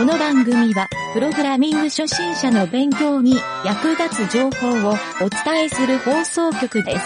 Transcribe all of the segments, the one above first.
の番組は、プログラミング初心者の勉強に役立つ情報をお伝えする放送局です。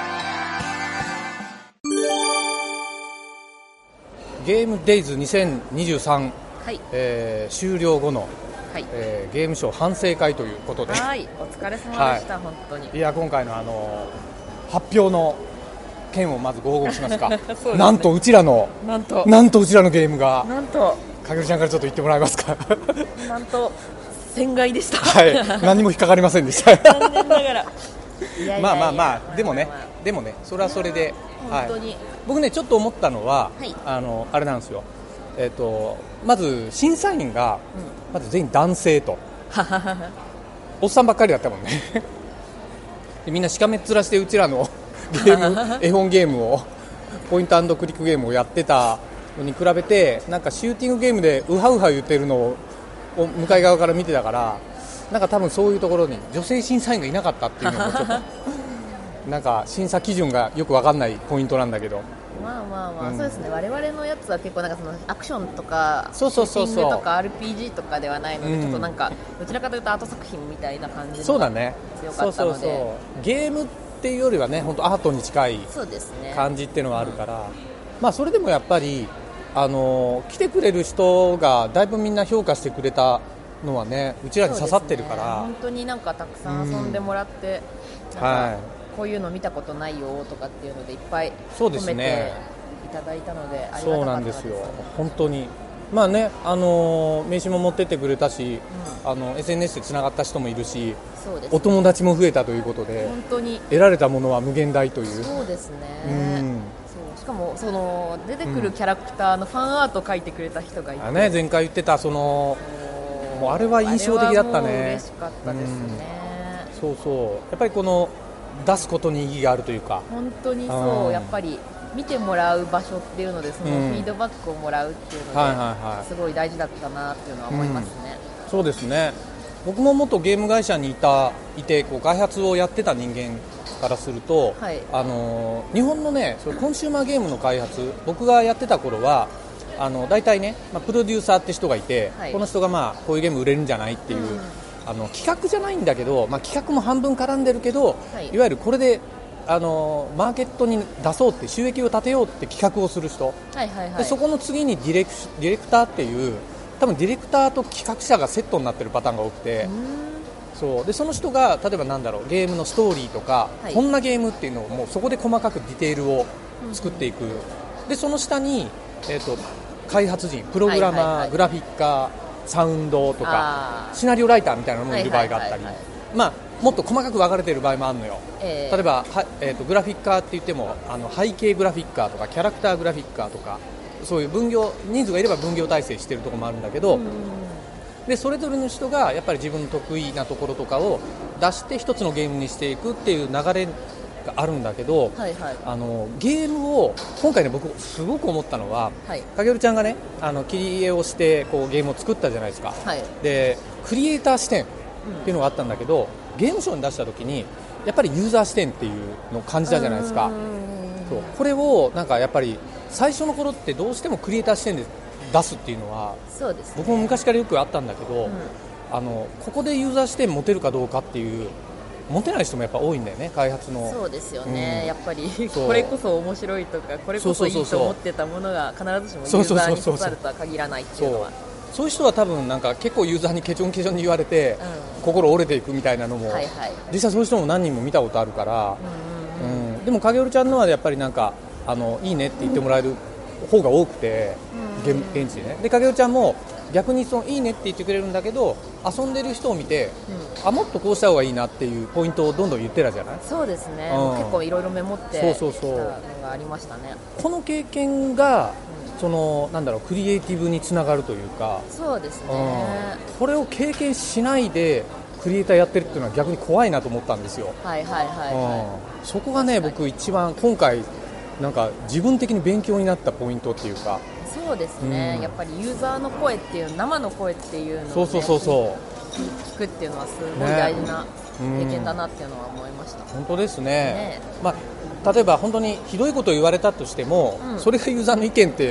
ゲームデイズ2023、 はい、 終了後の、 はい、 ゲームショー反省会ということで、 はい、お疲れ様でした、はい、本当に。 いや、今回の発表の件をまずご報告しますか。 そうですね、 なんとうちらのゲームが、 なんとかげるちゃんからちょっと言ってもらえますか。 なんと船外でした。 はい、何も引っかかりませんでした。 残念ながら。 まあでもね、それはそれで、 本当に、 はい、僕ねちょっと思ったのは、 はい、 あれなんですよ。まず審査員が、まず全員男性とおっさんばっかりだったもんね。でみんなしかめっ面してうちらのゲーム絵本ゲームをポイント&クリックゲームをやってたのに比べて、なんかシューティングゲームでウハウハ言ってるのを向かい側から見てたから、なんか多分そういうところに女性審査員がいなかったっていうのもちょっとなんか審査基準がよく分かんないポイントなんだけど、 そうですね。我々のやつは結構なんかそのアクションとかシューティングとか RPG とかではないので、ちょっとなんかどちらかというとアート作品みたいな感じのそうだね、 強かったので、 ゲームっていうよりはね、本当アートに近い感じっていうのがあるから、まあそれでもやっぱり来てくれる人がだいぶみんな評価してくれたのはね、うちらに刺さってるから、 本当になんかたくさん遊んでもらって、なんかこういうの見たことないよとかっていうのでいっぱい褒めていただいたので、ありがたかったです。 そうなんですよ、本当に。まあね、名刺も持ってってくれたし、SNS でつながった人もいるし、 そうですね、 お友達も増えたということで、 本当に得られたものは無限大という。 そうですね、そうしかもその出てくるキャラクターのファンアート描いてくれた人がいて、 前回言ってたもうあれは印象的だったね。 嬉しかったですね。 そうそう、やっぱりこの出すことに意義があるというか、 本当にそう、やっぱり見てもらう場所っていうので、そのフィードバックをもらうっていうので、すごい大事だったなっていうのは思いますね。 そうですね。僕も元ゲーム会社にいてこう開発をやってた人間からすると、 はい、 日本のね、それコンシューマーゲームの開発、僕がやってた頃は大体ね、プロデューサーって人がいて、はい、この人がこういうゲーム売れるんじゃないっていう、企画じゃないんだけど、企画も半分絡んでるけど、はい、いわゆるこれでマーケットに出そうって収益を立てようって企画をする人、でそこの次にディレクターっていう、多分ディレクターと企画者がセットになってるパターンが多くて、その人が例えばゲームのストーリーとか、はい、こんなゲームっていうのをもうそこで細かくディテールを作っていく、でその下に、開発陣、プログラマー、グラフィッカー、サウンドとかシナリオライターみたいなのもいる場合があったり、もっと細かく分かれている場合もあるのよ。例えばグラフィッカーって言っても背景グラフィッカーとかキャラクターグラフィッカーとか、そういう人数がいれば分業体制しているところもあるんだけど、でそれぞれの人がやっぱり自分の得意なところとかを出して一つのゲームにしていくっていう流れがあるんだけど、ゲームを今回ね、僕すごく思ったのは、かげるちゃんがね切り絵をしてこうゲームを作ったじゃないですか、でクリエイター視点っていうのがあったんだけど、ゲームショーに出した時にやっぱりユーザー視点っていうのを感じたじゃないですか。そう、これをなんかやっぱり最初の頃ってどうしてもクリエイター視点で出すっていうのは、 そうですね、 僕も昔からよくあったんだけど、ここでユーザー視点持てるかどうかっていう、持てない人もやっぱ多いんだよね、開発の。そうですよね、 やっぱりこれこそ面白いとか、これこそいいと思ってたものが必ずしもユーザーに刺さるとは限らないっていうのは、 そういう人は多分なんか結構ユーザーにケチョンケチョンに言われて、心折れていくみたいなのも、実際そういう人も何人も見たことあるから、でも影織ちゃんのはやっぱりなんかいいねって言ってもらえる方が多くて、現地でね。で影織ちゃんも逆にいいねって言ってくれるんだけど、遊んでる人を見て、もっとこうした方がいいなっていうポイントをどんどん言ってたじゃない。 そうですね、結構いろいろメモってきたのがありましたね。 この経験がクリエイティブにつながるというか、 そうですね、 これを経験しないでクリエイターやってるっていうのは逆に怖いなと思ったんですよ。そこがね、僕一番今回なんか自分的に勉強になったポイントっていうか。 そうですね、やっぱりユーザーの声っていう、生の声っていうのを、ね、聞くっていうのはすごい大事な経験だなっていうのは思いました。 本当ですね。例えば本当にひどいことを言われたとしても、それがユーザーの意見って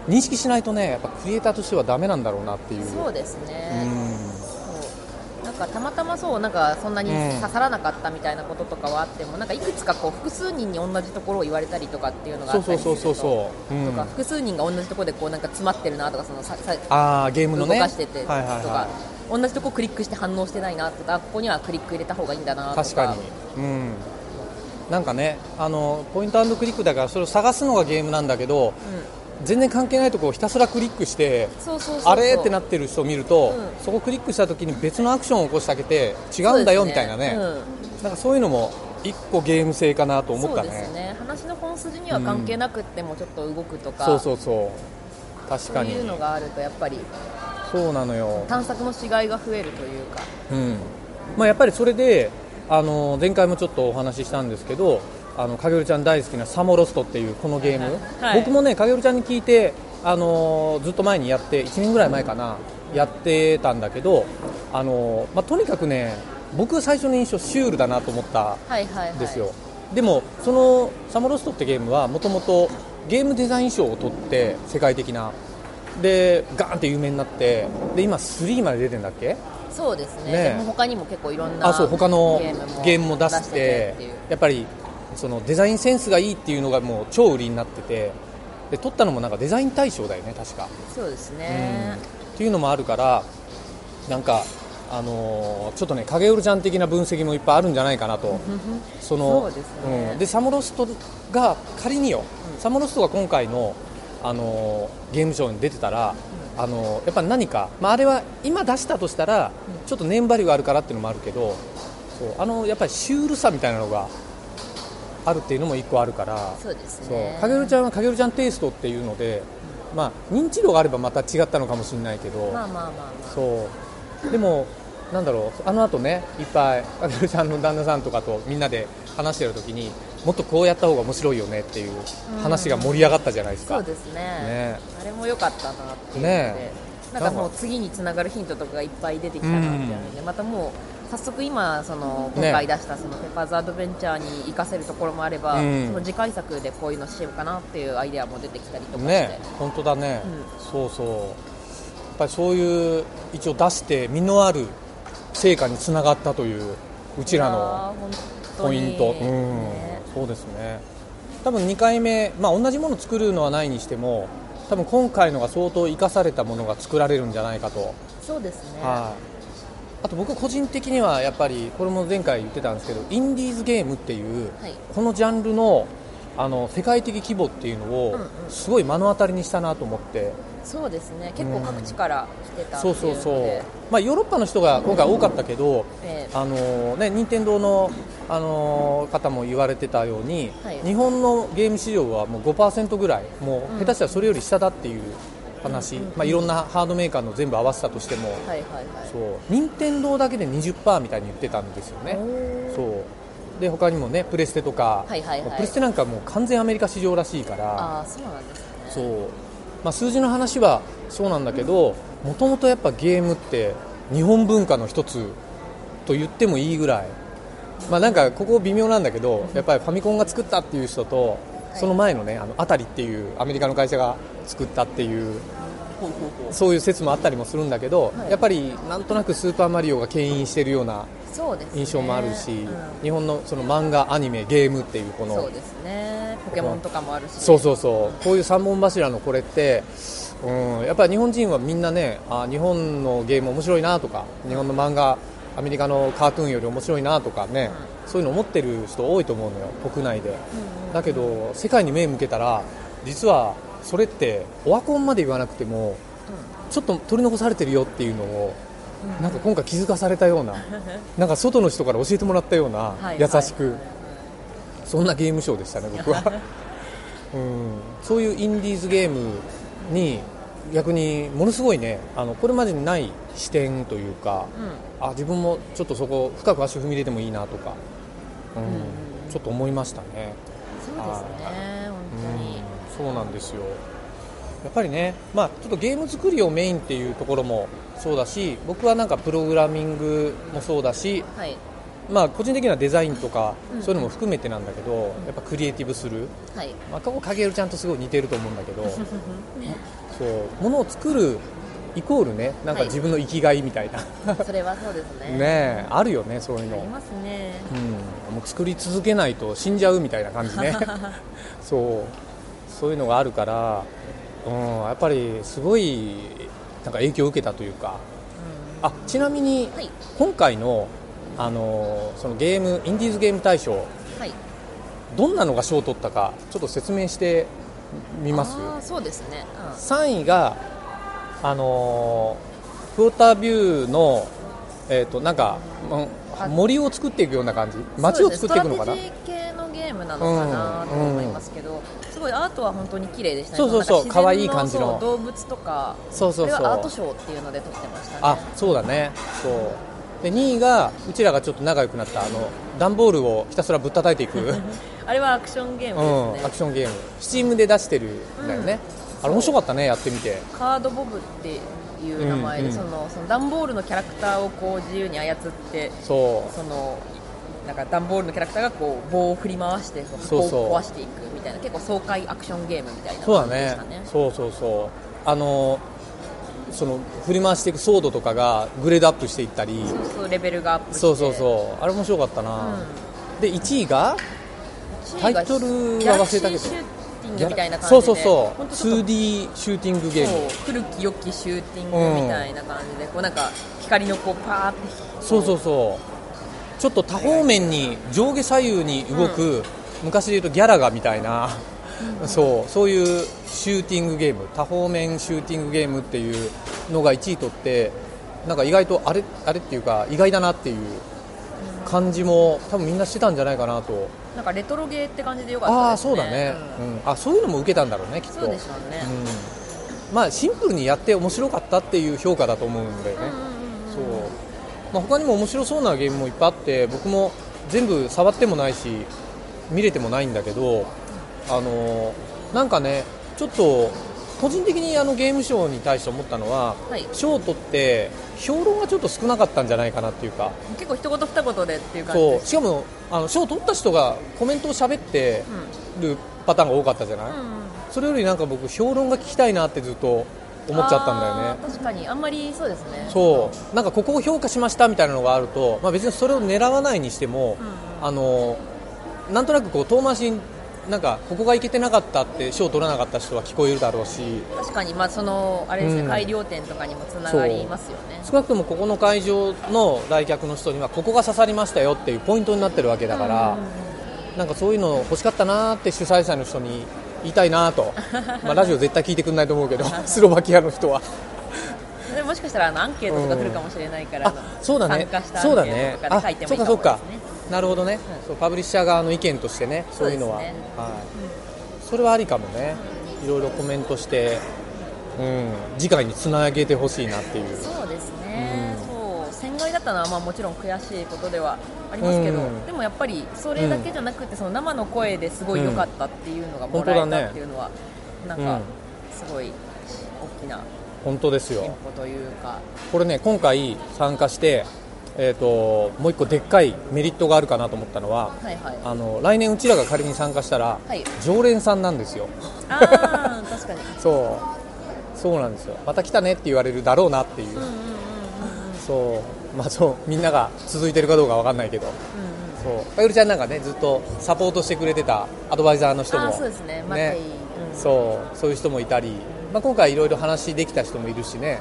認識しないとね、やっぱクリエイターとしてはダメなんだろうなっていう。 そうですね、なんかたまたまそうなんかそんなに刺さらなかったみたいなこととかはあっても、なんかいくつかこう複数人に同じところを言われたりとかっていうのがあったりすると、とか複数人が同じところでこうなんか詰まってるなとか、そのゲームのね動かしててとか、同じところクリックして反応してないなとか、ここにはクリック入れた方がいいんだなとか。 確かに、なんかね、ポイント&クリックだからそれを探すのがゲームなんだけど、全然関係ないところをひたすらクリックしてあれってなってる人を見ると、そこをクリックした時に別のアクションを起こしてあげて違うんだよみたいなね、なんかそういうのも一個ゲーム性かなと思ったね。 そうですね、話の本筋には関係なくってもちょっと動くとか、 そう確かにそういうのがあるとやっぱりそうなのよ、 探索のしがいが増えるというか、 やっぱりそれで前回もちょっとお話ししたんですけど、影織ちゃん大好きなサモロストっていうこのゲーム、僕もね影織ちゃんに聞いて、ずっと前にやって1年ぐらい前かなやってたんだけど、とにかくね僕最初の印象シュールだなと思ったんですよ。でもそのサモロストってゲームはもともとゲームデザイン賞を取って世界的なでガーンって有名になって、で今3まで出てるんだっけ。 そうですね、でも他にも結構いろんな他のゲームも出してやっぱりそのデザインセンスがいいっていうのがもう超売りになってて、で撮ったのもなんかデザイン大賞だよね確か。 そうですね、 っていうのもあるから、なんかちょっとね影織ちゃん的な分析もいっぱいあるんじゃないかなとそうですね、 でサモロストが仮によ、サモロストが今回の、ゲームショーに出てたら、やっぱり何か、あれは今出したとしたら、ちょっとネームバリューがあるからっていうのもあるけど、やっぱりシュールさみたいなのがあるっていうのも一個あるから、 そうですね、 影織ちゃんは影織ちゃんテイストっていうので、認知度があればまた違ったのかもしれないけど、そうでもなんだろう、後ねいっぱい影織ちゃんの旦那さんとかとみんなで話してる時に、もっとこうやった方が面白いよねっていう話が盛り上がったじゃないですか。 そうですね、あれも良かったなっていうので、なんかもう次につながるヒントとかがいっぱい出てきたなっていうので、またもう早速今今回出したそのペッパーズアドベンチャーに活かせるところもあれば、その次回作でこういうのしようかなっていうアイデアも出てきたりとかして、 本当だね、そうやっぱりそういう一応出して実のある成果につながったといううちらのポイント、そうですね。多分2回目、同じものを作るのはないにしても、多分今回のが相当生かされたものが作られるんじゃないかと。 そうですね、 あと僕個人的にはやっぱりこれも前回言ってたんですけど、インディーズゲームっていう、このジャンルの世界的規模っていうのをすごい目の当たりにしたなと思って。 そうですね、結構各地から来てたっていうので、 ヨーロッパの人が今回多かったけど、任天堂の、方も言われてたように、日本のゲーム市場はもう 5% ぐらい、もう下手したらそれより下だっていう話、いろんなハードメーカーの全部合わせたとしても、任天堂だけで 20% みたいに言ってたんですよね。で他にもねプレステとか、プレステなんかもう完全アメリカ市場らしいから。 そうなんですね。 数字の話はそうなんだけど、もともとやっぱゲームって日本文化の一つと言ってもいいぐらい、なんかここ微妙なんだけど、やっぱりファミコンが作ったっていう人と、その前のねアタリっていうアメリカの会社が作ったっていうそういう説もあったりもするんだけど、やっぱりなんとなくスーパーマリオが牽引してるような印象もあるし、日本のその漫画アニメゲームっていうこの、 そうですね、ポケモンとかもあるし、 こういう三本柱のこれって、やっぱり日本人はみんなね、日本のゲーム面白いなとか、日本の漫画アメリカのカートゥーンより面白いなとかね、そういうの思ってる人多いと思うのよ国内で。だけど世界に目向けたら、実はそれってオワコンまで言わなくても、ちょっと取り残されてるよっていうのを、なんか今回気づかされたような、なんか外の人から教えてもらったような、優しく、そんなゲームショーでしたね僕はそういうインディーズゲームに逆にものすごいね、これまでにない視点というか、自分もちょっとそこ深く足を踏み入れてもいいなとか、ちょっと思いましたね。 そうですね、本当に、 そうなんですよ。やっぱりね、ちょっとゲーム作りをメインっていうところもそうだし、僕はなんかプログラミングもそうだし、 まあ個人的にはデザインとかそういうのも含めてなんだけど、やっぱクリエイティブする、 はい、 まあ、ここ影るちゃんとすごい似てると思うんだけどそう物を作るイコールね、なんか自分の生きがいみたいな、 それはそうですね。 ね、あるよね、そういうの。 ありますね。 もう作り続けないと死んじゃうみたいな感じねそういうのがあるから、やっぱりすごいなんか影響を受けたというか、ちなみに今回の、そのゲームインディーズゲーム大賞、どんなのが賞を取ったかちょっと説明してみます？ そうですね、 3位がクォータービューの、なんか森を作っていくような感じ、街を作っていくのかな、 ストラテジー系のゲームなのかなと思いますけど、すごいアートは本当に綺麗でしたね。 そう可愛い感じの動物とか、 そうこれはアートショーっていうので撮ってましたね。 そうだね。そうで2位がうちらがちょっと仲良くなった段ボールをひたすらぶったたいていくあれはアクションゲームですね。 アクションゲーム、スチームで出してるんだよね。あれ面白かったね、やってみて。 カードボブっていう名前で、その段ボールのキャラクターをこう自由に操って、なんか段ボールのキャラクターがこう棒を振り回して棒を壊していくみたいな、結構爽快アクションゲームみたいな感じでしたね。 そうその振り回していくソードとかがグレードアップしていったり、 レベルがアップして、 あれ面白かったな、で1位がタイトルは忘れたけど、 みたいな感じで、 2D シューティングゲーム、 古き良きシューティングみたいな感じで、こうなんか光のこうパーって、 ちょっと多方面に上下左右に動く、昔でいうとギャラガみたいな、そういうシューティングゲーム、多方面シューティングゲームっていうのが1位取って、なんか意外とあれっていうか意外だなっていう感じも多分みんなしてたんじゃないかなと。 なんかレトロゲーって感じでよかったですね。 そうだね、そういうのも受けたんだろうね、きっと。 そうでしょうね、 まあシンプルにやって面白かったっていう評価だと思うんだよね。他にも面白そうなゲームもいっぱいあって、僕も全部触ってもないし見れてもないんだけど、なんかね、ちょっと個人的にゲームショーに対して思ったのは、賞を取って評論がちょっと少なかったんじゃないかなっていうか、 結構一言二言でっていう感じです。 しかも賞を取った人がコメントを喋ってるパターンが多かったじゃない、それよりなんか僕評論が聞きたいなってずっと思っちゃったんだよね。 確かにあんまりそうですね。 なんかここを評価しましたみたいなのがあると、別にそれを狙わないにしても、なんとなくこう遠回しになんかここがいけてなかったって賞を取らなかった人は聞こえるだろうし、 確かにあれですね、改良点とかにもつながりますよね。 少なくともここの会場の来客の人にはここが刺さりましたよっていうポイントになってるわけだから、なんかそういうの欲しかったなって主催者の人に言いたいなとラジオ絶対聞いてくれないと思うけどスロバキアの人はでもしかしたらアンケートとか来るかもしれないから、 そうだね、 参加したアンケートとかで書いてもいいかもですね。 なるほどね、パブリッシャー側の意見としてね、そういうのはそれはありかもね。いろいろコメントして、次回につなげてほしいなっていう。 そうですね、戦外だったのはもちろん悔しいことではありますけど、でもやっぱりそれだけじゃなくて、その生の声ですごい良かったっていうのがもらえたっていうのは、なんかすごい大きな本当ですよ。 進歩というか、 これね、今回参加してもう一個でっかいメリットがあるかなと思ったのは、来年うちらが仮に参加したら、常連さんなんですよ。 確かにそうなんですよ。また来たねって言われるだろうなっていう、みんなが続いてるかどうかわかんないけど、かよりちゃんなんかね、ずっとサポートしてくれてたアドバイザーの人もそうですね、 そういう人もいたり、今回いろいろ話できた人もいるしね、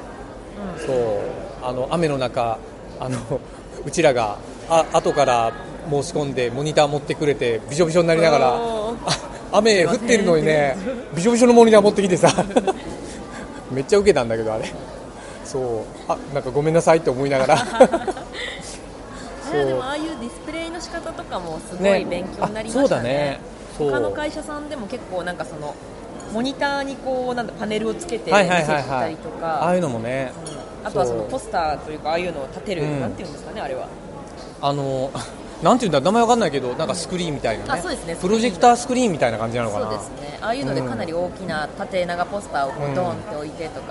雨の中うちらが後から申し込んでモニター持ってくれてびしょびしょになりながら雨降ってるのにね、びしょびしょのモニター持ってきてさめっちゃウケたんだけど、あれなんかごめんなさいって思いながらでもああいうディスプレイの仕方とかもすごい勉強になりましたね。他の会社さんでも結構なんかそのモニターにこうパネルをつけて見せたりとか、 ああいうのもね、 あとはそのポスターというか、ああいうのを立てる、なんていうんですかね、あれはなんていうんだ、名前わかんないけど、なんかスクリーンみたいなね、 そうですね、 プロジェクタースクリーンみたいな感じなのかな。 そうですね、ああいうのでかなり大きな縦長ポスターをこうドーンって置いてとか、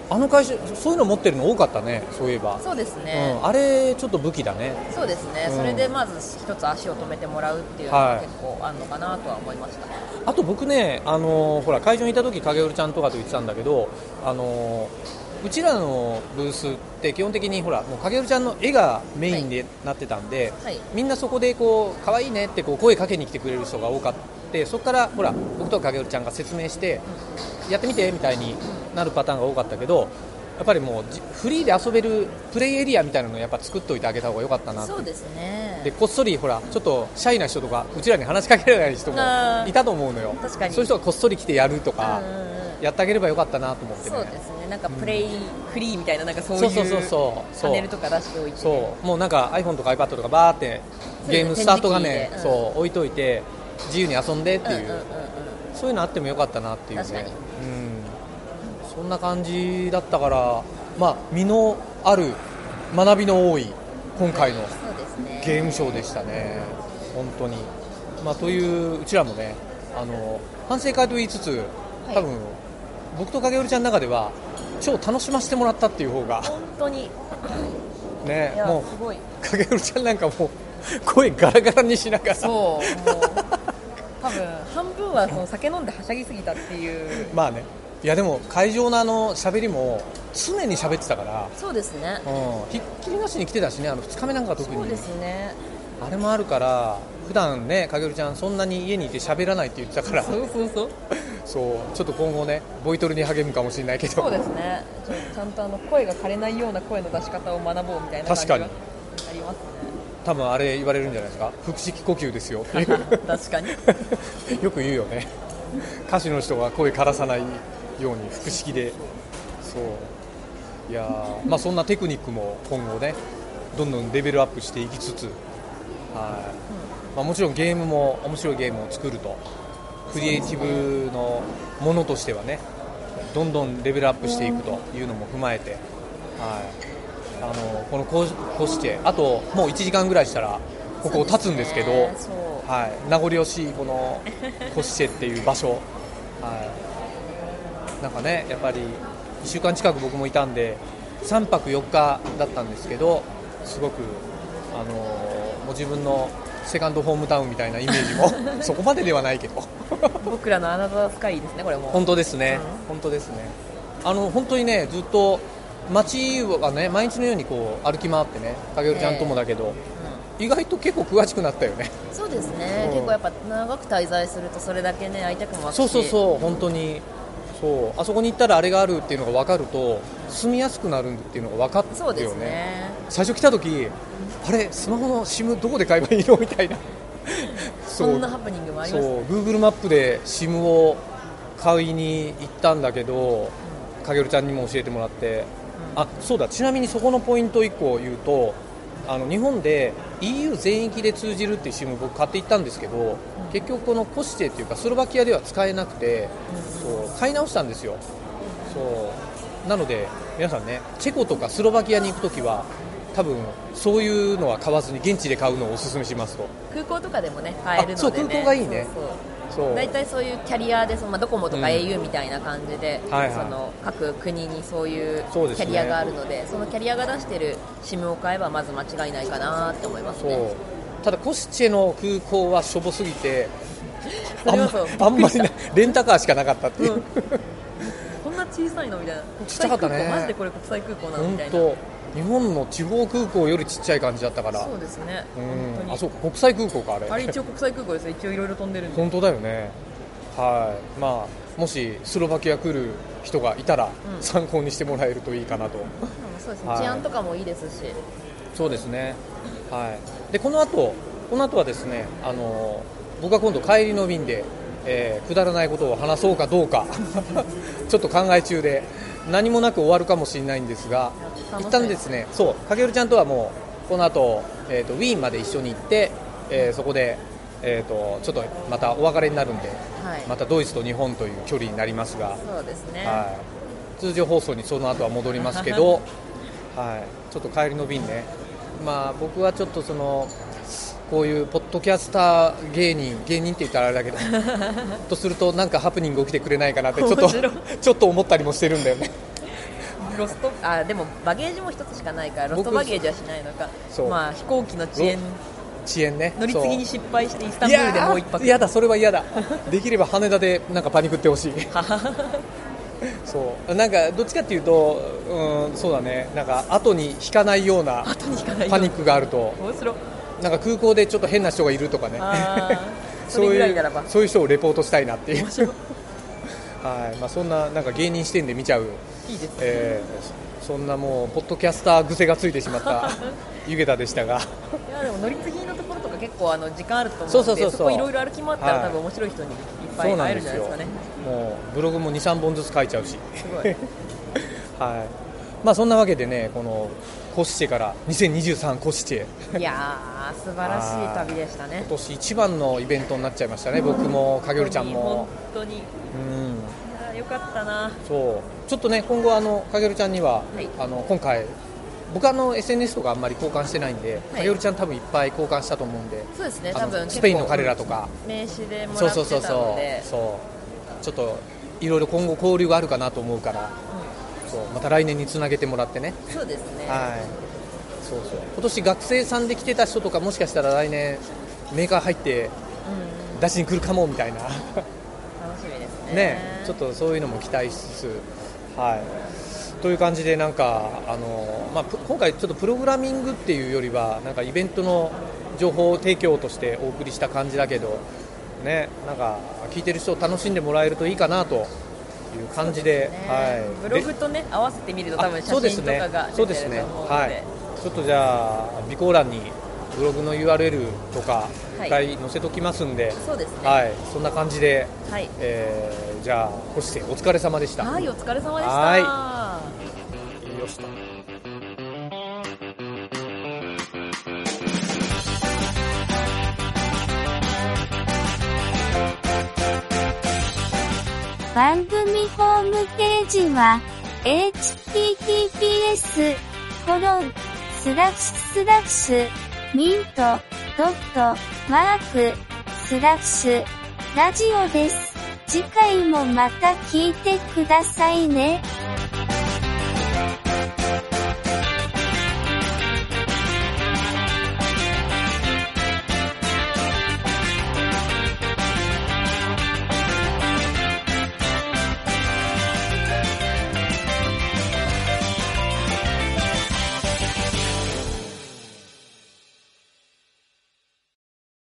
あの会社そういうの持ってるの多かったね、そういえば。 そうですね、 あれちょっと武器だね。 そうですね、それでまず一つ足を止めてもらうっていうのが結構あるのかなとは思いました。 あと僕ね、ほら会場にいた時影織ちゃんとかと言ってたんだけど、うちらのブースって基本的にほらもう影織ちゃんの絵がメインでなってたんで、みんなそこでこう可愛いねってこう声かけに来てくれる人が多かった。そこからほら僕と影織ちゃんが説明してやってみてみたいになるパターンが多かったけど、やっぱりもうフリーで遊べるプレイエリアみたいなのをやっぱ作っておいてあげた方が良かったなって。 そうですね。 でこっそりほらちょっとシャイな人とかうちらに話しかけられない人もいたと思うのよ。 確かにそういう人がこっそり来てやるとか、やってあげればよかったなと思ってね。 そうですね、なんかプレイフリーみたいな、なんかそういうチャンネルとか出しておいて、 そうもうなんか iPhone とか iPad とかバーってゲームスタート画面、そう置いといて自由に遊んでっていう、そういうのあってもよかったなっていうね。そんな感じだったから、まあ身のある学びの多い今回のゲームショーでしたね、本当に。まあといううちらもね、反省会と言いつつ、多分僕と影織ちゃんの中では超楽しませてもらったっていう方が本当にね、もう影織ちゃんなんかもう声ガラガラにしながら、 そうもう多分半分はその酒飲んではしゃぎすぎたっていうまあね。いやでも会場の喋りも常に喋ってたから。 そうですね、 ひっきりなしに来てたしね、2日目なんか特に。 そうですね、 あれもあるから普段ね影織ちゃんそんなに家にいて喋らないって言ってたから、 そうちょっと今後ねボイトレに励むかもしれないけど。 そうですね、ちゃんと声が枯れないような声の出し方を学ぼうみたいな感じがありますね。 多分あれ言われるんじゃないですか、腹式呼吸ですよっていう確かによく言うよね、歌手の人が声枯らさないように腹式で。そういや、まあ、そんなテクニックも今後ねどんどんレベルアップしていきつつ、まあ、もちろんゲームも面白いゲームを作ると、クリエイティブのものとしてはねどんどんレベルアップしていくというのも踏まえて、このコシチェあともう1時間ぐらいしたらここを立つんですけど、名残惜しいこのコシチェっていう場所、なんかねやっぱり1週間近く僕もいたんで3泊4日だったんですけど、すごくもう自分のセカンドホームタウンみたいなイメージもそこまでではないけど僕らのアナザースカイですね、これも。 本当ですね、本当ですね。本当にねずっと街はね毎日のようにこう歩き回ってね、影織ちゃんともだけど、意外と結構詳しくなったよね。 そうですね、結構やっぱ長く滞在するとそれだけね会いたくもあって、 そう本当にそう、あそこに行ったらあれがあるっていうのが分かると住みやすくなるっていうのが分かったよね。 そうですね、 最初来た時あれスマホの SIM どこで買えばいいのみたいなそんなハプニングもありましたね。 Google マップで SIM を買いに行ったんだけど、影織ちゃんにも教えてもらって、そうだ、ちなみにそこのポイント1個言うと、日本で EU 全域で通じるっていう SIM 僕買って行ったんですけど、結局このコシチェっていうかスロバキアでは使えなくて、買い直したんですよ。なので皆さんねチェコとかスロバキアに行くときは多分そういうのは買わずに現地で買うのをおすすめしますと。 空港とかでもね買えるのでね。 そう、空港がいいね。 大体そういうキャリアでドコモとか au みたいな感じで、その各国にそういうキャリアがあるので、そのキャリアが出してる SIM を買えばまず間違いないかなって思いますね。 ただコシチェの空港はしょぼすぎてあんまり、ね、レンタカーしかなかったっていう、 こんな小さいのみたいな、 ちっちゃかったね。 マジでこれ国際空港なのみたいな。 日本の地方空港よりちっちゃい感じだったから。 そうですね、本当に。 そうか、国際空港かあれ一応国際空港です。一応いろいろ飛んでるんで。 本当だよね。まあ、もしスロバキア来る人がいたら参考にしてもらえるといいかなと。 そうですね、治安とかもいいですし。 そうですね。でこの後はですね、僕は今度帰りの便で、くだらないことを話そうかどうかちょっと考え中で何もなく終わるかもしれないんですが、一旦ですね、影織ちゃんとはもうこの後、ウィーンまで一緒に行って、そこで、ちょっとまたお別れになるんで、またドイツと日本という距離になりますが、 そうですね、 通常放送にその後は戻りますけどちょっと帰りの便ね、僕はちょっとこういうポッドキャスター芸人って言ったらあれだけどとするとなんかハプニング起きてくれないかなってちょっと思ったりもしてるんだよねロストでもバゲージも一つしかないからロストバゲージはしないのか。まあ飛行機の遅延ね、乗り継ぎに失敗してイスタンブールでもう一泊。 嫌だ、それは嫌だ。できれば羽田でなんかパニクってほしい。そうなんかどっちかっていうと、そうだね、なんか後に引かないようなパニックがあると、なんか空港でちょっと変な人がいるとかね、そういう人をレポートしたいなっていう。はい、まあ、そんななんか芸人視点で見ちゃう。 いいですね。 そんなもうポッドキャスター癖がついてしまった湯桁でしたが。 いやでも乗り継ぎのところとか結構時間あると思うんで、そこいろいろ歩き回ったら多分面白い人にいっぱい会えるんじゃないですかね。 もうブログも 2,3 本ずつ書いちゃうし。 すごい。 はい。まあそんなわけでね、このコシチェから2023コシチェ。 いやー素晴らしい旅でしたね。 今年一番のイベントになっちゃいましたね。僕も影織ちゃんも。 本当に。よかったな。 そうちょっとね今後影織ちゃんには、はい、今回僕SNS とかあんまり交換してないんで、影織ちゃん多分いっぱい交換したと思うんで。 そうですね、多分スペインの彼らとか名刺でもらってたので、 そうちょっといろいろ今後交流があるかなと思うから、そうまた来年につなげてもらってね。 そうですね。 はい。そう今年学生さんで来てた人とかもしかしたら来年メーカー入って出しに来るかもみたいな。 楽しみですね。 ね、ちょっとそういうのも期待しつつ、はい。という感じでなんかまあ、今回ちょっとプログラミングっていうよりはなんかイベントの情報提供としてお送りした感じだけど、ね、なんか聞いてる人を楽しんでもらえるといいかなという感じで、はい。 ブログとね合わせてみると多分写真とかが出てると思うので、はい。 ちょっとじゃあ備考欄にブログの URL とかいっぱい載せときますんで、 そうですね。 はい、そんな感じで、 はい。 じゃあ星瀬お疲れ様でした。 はい、お疲れ様でした。 はい。よしと。 番組ホームページは https://mint.mark/ラジオです。次回もまた聞いてくださいね。